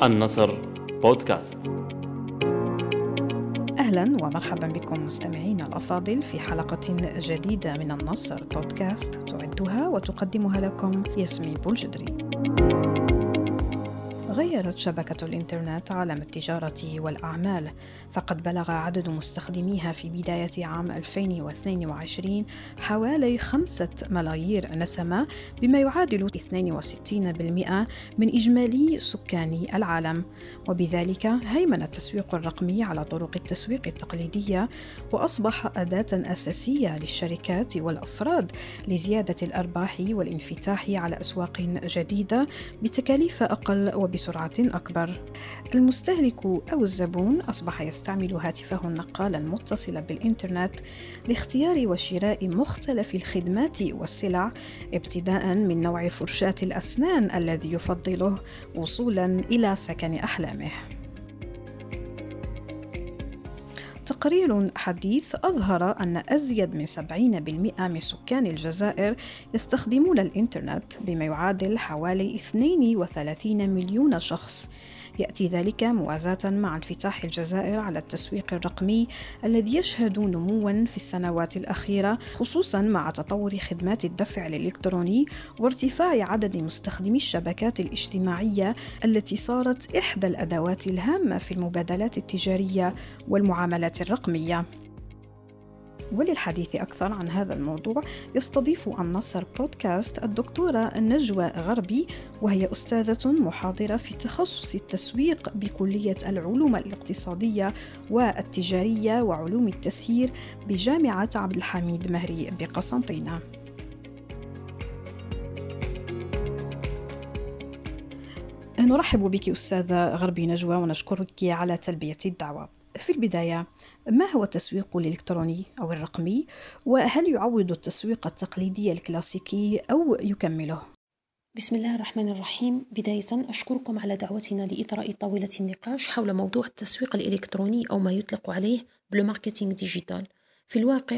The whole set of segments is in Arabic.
النصر بودكاست. أهلا ومرحبا بكم مستمعين الأفاضل في حلقة جديدة من النصر بودكاست تعدها وتقدمها لكم ياسمين بولجدري. غيرت شبكة الإنترنت عالم التجارة والأعمال، فقد بلغ عدد مستخدميها في بداية عام 2022 حوالي 5 ملايير نسمة، بما يعادل 62% من إجمالي سكان العالم. وبذلك هيمن التسويق الرقمي على طرق التسويق التقليدية، وأصبح أداة أساسية للشركات والأفراد لزيادة الأرباح والانفتاح على أسواق جديدة بتكاليف أقل وبسرعة أكبر. المستهلك أو الزبون أصبح يستعمل هاتفه النقال المتصل بالإنترنت لاختيار وشراء مختلف الخدمات والسلع، ابتداء من نوع فرشاة الأسنان الذي يفضله وصولا إلى سكن أحلامه. تقرير حديث أظهر أن أزيد من 70% من سكان الجزائر يستخدمون الإنترنت، بما يعادل حوالي 32 مليون شخص. يأتي ذلك موازاة مع انفتاح الجزائر على التسويق الرقمي الذي يشهد نمواً في السنوات الأخيرة، خصوصاً مع تطور خدمات الدفع الإلكتروني وارتفاع عدد مستخدمي الشبكات الاجتماعية التي صارت إحدى الأدوات الهامة في المبادلات التجارية والمعاملات الرقمية. وللحديث أكثر عن هذا الموضوع يستضيف النصر بودكاست الدكتورة نجوى غربي، وهي أستاذة محاضرة في تخصص التسويق بكلية العلوم الاقتصادية والتجارية وعلوم التسيير بجامعة عبد الحميد مهري بقسنطينة. نرحب بك أستاذة غربي نجوى ونشكرك على تلبية الدعوة. في البداية، ما هو التسويق الإلكتروني أو الرقمي؟ وهل يعوض التسويق التقليدي الكلاسيكي أو يكمله؟ بسم الله الرحمن الرحيم. بداية أشكركم على دعوتنا لإثراء طاولة النقاش حول موضوع التسويق الإلكتروني أو ما يطلق عليه بالماركتينج ديجيتال. في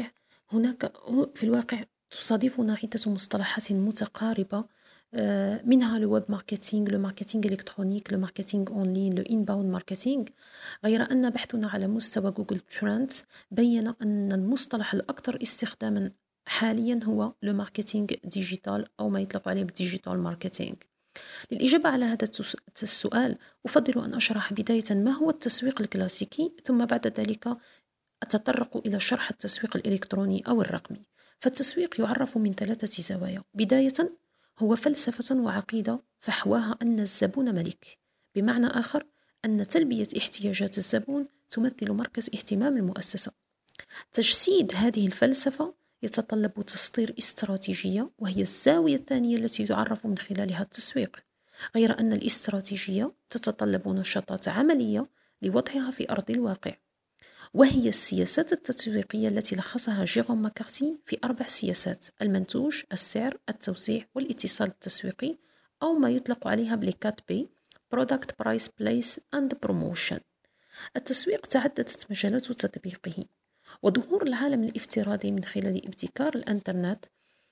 الواقع تصادفنا عدة مصطلحات متقاربة، منها الويب ماركتينج، الماركتينج إلكترونيك، الماركتينج أونلاين، الإنباوند ماركتينج. غير أن بحثنا على مستوى جوجل ترندز بين أن المصطلح الأكثر استخداما حاليا هو الماركتينج ديجيتال أو ما يطلق عليه بالديجيتال ماركتينج. للإجابة على هذا السؤال أفضل أن أشرح بداية ما هو التسويق الكلاسيكي، ثم بعد ذلك أتطرق إلى شرح التسويق الإلكتروني أو الرقمي. فالتسويق يعرف من 3 زوايا. بداية هو فلسفة وعقيدة فحواها أن الزبون ملك، بمعنى آخر أن تلبية احتياجات الزبون تمثل مركز اهتمام المؤسسة. تجسيد هذه الفلسفة يتطلب تسطير استراتيجية، وهي الزاوية الثانية التي يعرف من خلالها التسويق. غير أن الاستراتيجية تتطلب نشاطات عملية لوضعها في أرض الواقع، وهي السياسات التسويقية التي لخصها جيروم ماكارتي في 4 سياسات: المنتوج، السعر، التوزيع، والاتصال التسويقي، أو ما يطلق عليها بالكات بي: Product, Price, Place and Promotion. التسويق تعددت مجالات تطبيقه، وظهور العالم الافتراضي من خلال ابتكار الإنترنت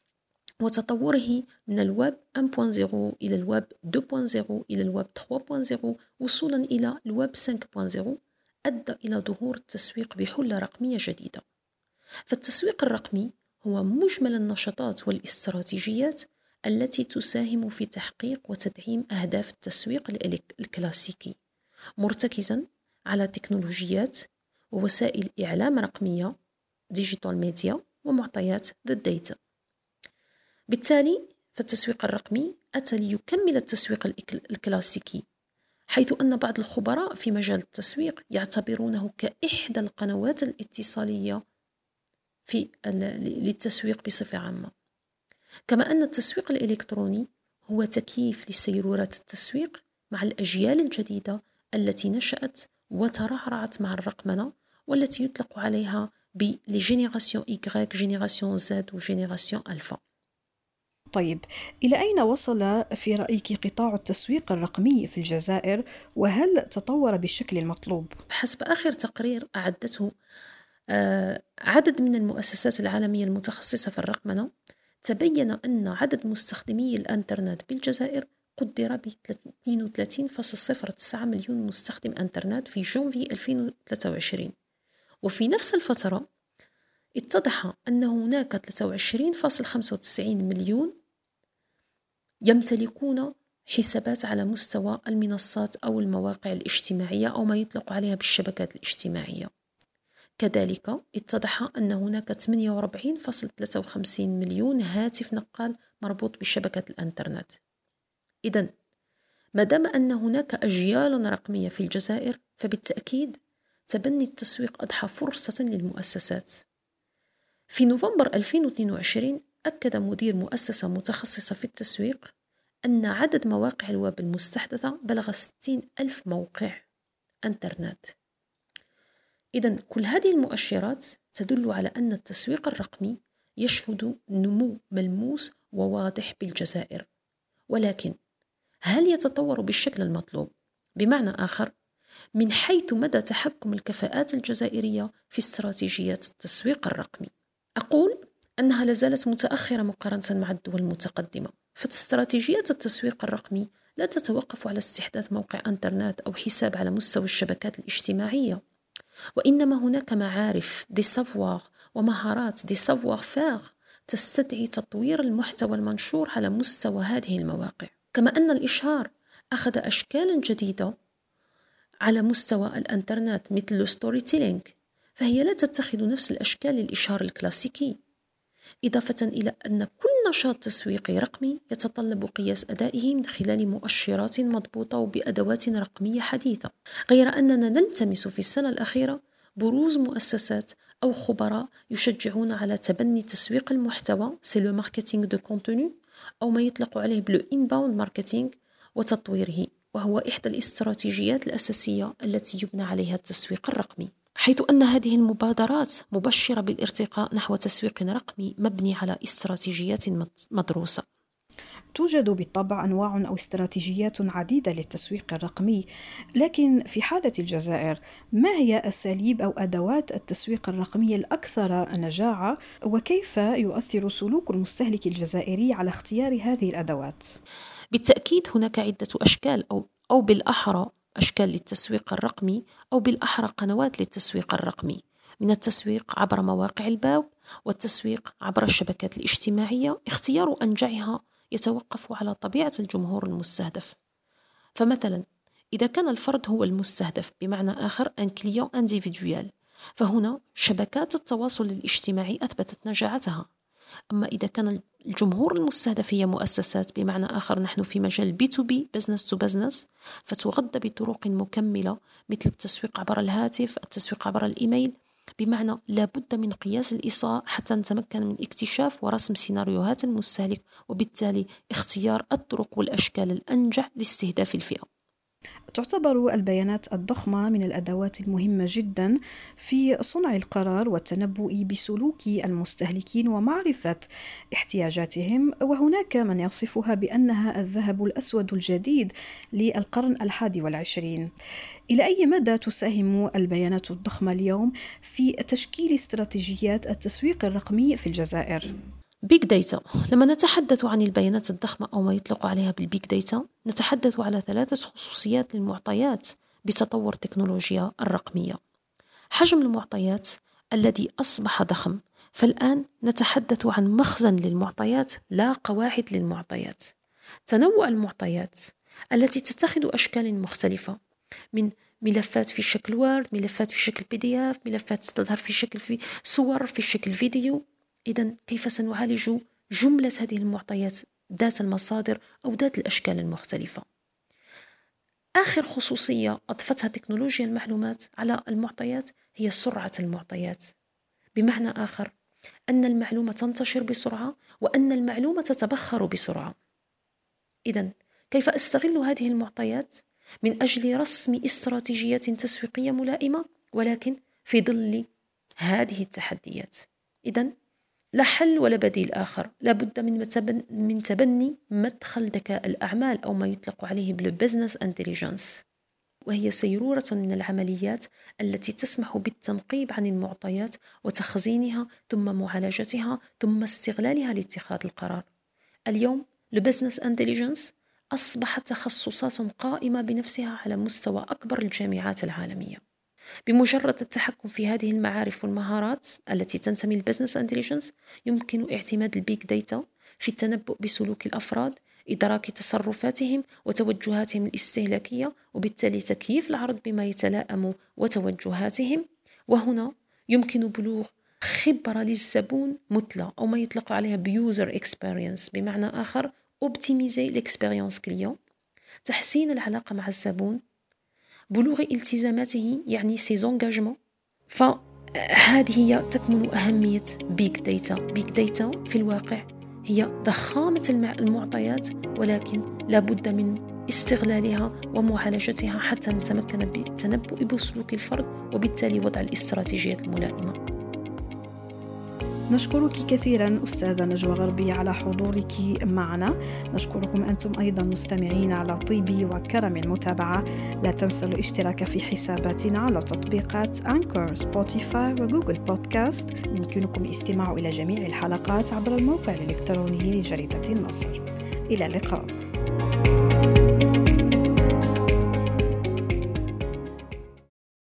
وتطوره من الويب 1.0 إلى الويب 2.0 إلى الويب 3.0 وصولا إلى الويب 5.0 أدى إلى ظهور التسويق بحلة رقمية جديدة. فالتسويق الرقمي هو مجمل النشاطات والاستراتيجيات التي تساهم في تحقيق وتدعيم أهداف التسويق الكلاسيكي، مرتكزا على تكنولوجيات ووسائل إعلام رقمية ديجيتال ميديا ومعطيات الداتا. بالتالي فالتسويق الرقمي أتى ليكمل التسويق الكلاسيكي، حيث أن بعض الخبراء في مجال التسويق يعتبرونه كإحدى القنوات الاتصالية للتسويق بصفة عامة. كما أن التسويق الإلكتروني هو تكييف لسيرورات التسويق مع الأجيال الجديدة التي نشأت وترعرعت مع الرقمنة، والتي يطلق عليها بجينيراسيون إيكغيك، جينيراسيون زد وجينيراسيون ألفا. طيب، إلى أين وصل في رأيك قطاع التسويق الرقمي في الجزائر، وهل تطور بالشكل المطلوب؟ بحسب آخر تقرير أعدته عدد من المؤسسات العالمية المتخصصة في الرقمنة، تبين أن عدد مستخدمي الإنترنت بالجزائر قدر ب 32.09 مليون مستخدم انترنت في جونفي 2023. وفي نفس الفترة اتضح أن هناك 23.95 مليون يمتلكون حسابات على مستوى المنصات أو المواقع الاجتماعية أو ما يطلق عليها بالشبكات الاجتماعية. كذلك اتضح أن هناك 48.53 مليون هاتف نقال مربوط بشبكة الإنترنت. إذن ما دام أن هناك أجيال رقمية في الجزائر، فبالتأكيد تبني التسويق أضحى فرصة للمؤسسات. في نوفمبر 2022 أكد مدير مؤسسة متخصصة في التسويق أن عدد مواقع الويب المستحدثة بلغ 60,000 موقع إنترنت. إذن كل هذه المؤشرات تدل على أن التسويق الرقمي يشهد نمو ملموس وواضح بالجزائر، ولكن هل يتطور بالشكل المطلوب؟ بمعنى آخر، من حيث مدى تحكم الكفاءات الجزائرية في استراتيجيات التسويق الرقمي، أقول أنها لازالت متأخرة مقارنة مع الدول المتقدمة. فاستراتيجيات التسويق الرقمي لا تتوقف على استحداث موقع إنترنت أو حساب على مستوى الشبكات الاجتماعية، وإنما هناك معارف دي سافوار ومهارات دي سافوار فاغ تستدعي تطوير المحتوى المنشور على مستوى هذه المواقع. كما أن الإشهار أخذ أشكالا جديدة على مستوى الإنترنت مثل الستوري تيلينج، فهي لا تتخذ نفس الأشكال للإشهار الكلاسيكي، إضافة إلى أن كل نشاط تسويقي رقمي يتطلب قياس أدائه من خلال مؤشرات مضبوطة وبأدوات رقمية حديثة. غير أننا نلتمس في السنة الأخيرة بروز مؤسسات أو خبراء يشجعون على تبني تسويق المحتوى سي ماركتينغ دو كونتوني أو ما يطلق عليه بلو إنباوند ماركتينغ وتطويره، وهو إحدى الاستراتيجيات الأساسية التي يبنى عليها التسويق الرقمي، حيث أن هذه المبادرات مبشرة بالارتقاء نحو تسويق رقمي مبني على استراتيجيات مدروسة. توجد بالطبع أنواع أو استراتيجيات عديدة للتسويق الرقمي، لكن في حالة الجزائر ما هي أساليب أو أدوات التسويق الرقمي الأكثر نجاعة، وكيف يؤثر سلوك المستهلك الجزائري على اختيار هذه الأدوات؟ بالتأكيد هناك عدة أشكال أو بالأحرى أشكال للتسويق الرقمي، أو بالأحرى قنوات للتسويق الرقمي، من التسويق عبر مواقع الباب والتسويق عبر الشبكات الاجتماعية. اختيار أنجعها يتوقف على طبيعة الجمهور المستهدف. فمثلا إذا كان الفرد هو المستهدف، بمعنى آخر أن كليون انديفيدويال، فهنا شبكات التواصل الاجتماعي أثبتت نجاعتها. أما إذا كان الجمهور المستهدف هي مؤسسات، بمعنى آخر نحن في مجال B2B business to business، فتغذى بطرق مكملة مثل التسويق عبر الهاتف، التسويق عبر الإيميل، بمعنى لا بد من قياس الإصاءة حتى نتمكن من اكتشاف ورسم سيناريوهات المستهلك، وبالتالي اختيار الطرق والأشكال الأنجح لاستهداف الفئة. تعتبر البيانات الضخمة من الأدوات المهمة جدا في صنع القرار والتنبؤ بسلوك المستهلكين ومعرفة احتياجاتهم، وهناك من يصفها بأنها الذهب الأسود الجديد للقرن 21. إلى أي مدى تساهم البيانات الضخمة اليوم في تشكيل استراتيجيات التسويق الرقمي في الجزائر؟ بيج داتا. لما نتحدث عن البيانات الضخمة أو ما يطلق عليها بالبيج داتا، نتحدث على 3 خصوصيات للمعطيات بتطور التكنولوجيا الرقمية. حجم المعطيات الذي أصبح ضخم، فالآن نتحدث عن مخزن للمعطيات لا قواعد للمعطيات. تنوع المعطيات التي تتخذ أشكال مختلفة، من ملفات في شكل وورد، ملفات في شكل PDF، ملفات تظهر في شكل في صور، في شكل فيديو. إذن كيف سنعالج جملة هذه المعطيات ذات المصادر أو ذات الأشكال المختلفة؟ آخر خصوصية أضفتها تكنولوجيا المعلومات على المعطيات هي سرعة المعطيات، بمعنى آخر أن المعلومة تنتشر بسرعة وأن المعلومة تتبخر بسرعة. إذن كيف أستغل هذه المعطيات من أجل رسم استراتيجيات تسويقية ملائمة ولكن في ظل هذه التحديات؟ إذن لا حل ولا بديل آخر، لا بد من تبني مدخل ذكاء الأعمال أو ما يطلق عليه بالبزنس انتليجنس، وهي سيرورة من العمليات التي تسمح بالتنقيب عن المعطيات وتخزينها ثم معالجتها ثم استغلالها لاتخاذ القرار. اليوم البزنس انتليجنس أصبحت تخصصات قائمة بنفسها على مستوى أكبر الجامعات العالمية. بمجرد التحكم في هذه المعارف والمهارات التي تنتمي للبزنس انتليجنس، يمكن اعتماد البيج داتا في التنبؤ بسلوك الأفراد، إدراك تصرفاتهم وتوجهاتهم الاستهلاكية، وبالتالي تكييف العرض بما يتلائم وتوجهاتهم. وهنا يمكن بلوغ خبرة للزبون مثلى، أو ما يطلق عليها بيوزر اكسبيرينس، بمعنى آخر اوبتيميزي الاكسبيرينس كليون، تحسين العلاقة مع الزبون، بلوغ التزاماته يعني سي انجاجمون. فهذه هي تكمن أهمية بيج داتا. بيج داتا في الواقع هي ضخامة المعطيات، ولكن لابد من استغلالها ومعالجتها حتى نتمكن بالتنبؤ بسلوك الفرد، وبالتالي وضع الاستراتيجيات الملائمة. نشكرك كثيرا أستاذة نجوى غربي على حضورك معنا. نشكركم أنتم أيضا مستمعين على طيب وكرم المتابعة. لا تنسوا الاشتراك في حساباتنا على تطبيقات أنكور، سبوتيفاي وجوجل بودكاست. يمكنكم الاستماع إلى جميع الحلقات عبر الموقع الإلكتروني لجريدة النصر. إلى اللقاء.